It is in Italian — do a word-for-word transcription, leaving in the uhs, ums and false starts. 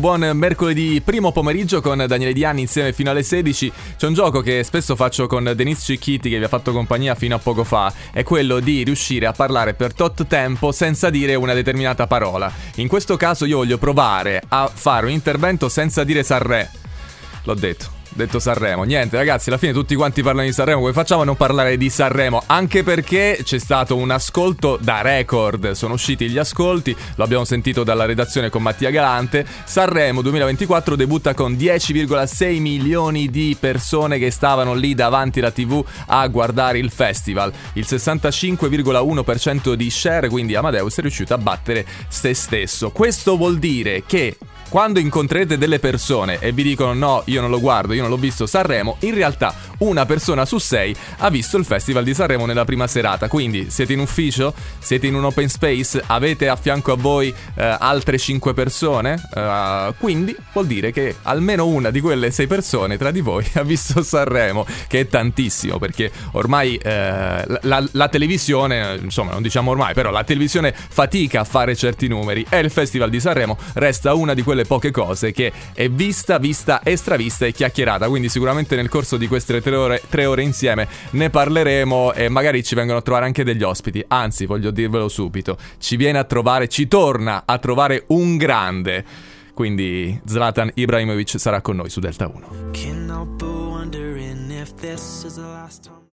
buon mercoledì primo pomeriggio con Daniele Diani insieme fino alle sedici. C'è un gioco che spesso faccio con Denise Cicchitti, che vi ha fatto compagnia fino a poco fa, è quello di riuscire a parlare per tot tempo senza dire una determinata parola. In questo caso io voglio provare a fare un intervento senza dire Sanremo. L'ho detto. Detto Sanremo, niente ragazzi, alla fine tutti quanti parlano di Sanremo, come facciamo a non parlare di Sanremo? Anche perché c'è stato un ascolto da record, sono usciti gli ascolti, lo abbiamo sentito dalla redazione con Mattia Galante. Sanremo duemilaventiquattro debutta con dieci virgola sei milioni di persone che stavano lì davanti alla tivù a guardare il festival, il sessantacinque virgola uno per cento di share, quindi Amadeus è riuscito a battere se stesso. Questo vuol dire che quando incontrerete delle persone e vi dicono no, io non lo guardo, io non l'ho visto Sanremo, in realtà una persona su sei ha visto il Festival di Sanremo nella prima serata. Quindi siete in ufficio, siete in un open space, avete a fianco a voi eh, altre cinque persone, eh, quindi vuol dire che almeno una di quelle sei persone tra di voi ha visto Sanremo, che è tantissimo, perché ormai eh, la, la televisione, insomma non diciamo ormai, però la televisione fatica a fare certi numeri e il Festival di Sanremo resta una di quelle poche cose che è vista, vista e stravista e chiacchierata. Quindi sicuramente nel corso di queste tre ore, tre ore insieme ne parleremo e magari ci vengono a trovare anche degli ospiti. Anzi, voglio dirvelo subito, ci viene a trovare, ci torna a trovare un grande. Quindi Zlatan Ibrahimovic sarà con noi su Delta uno.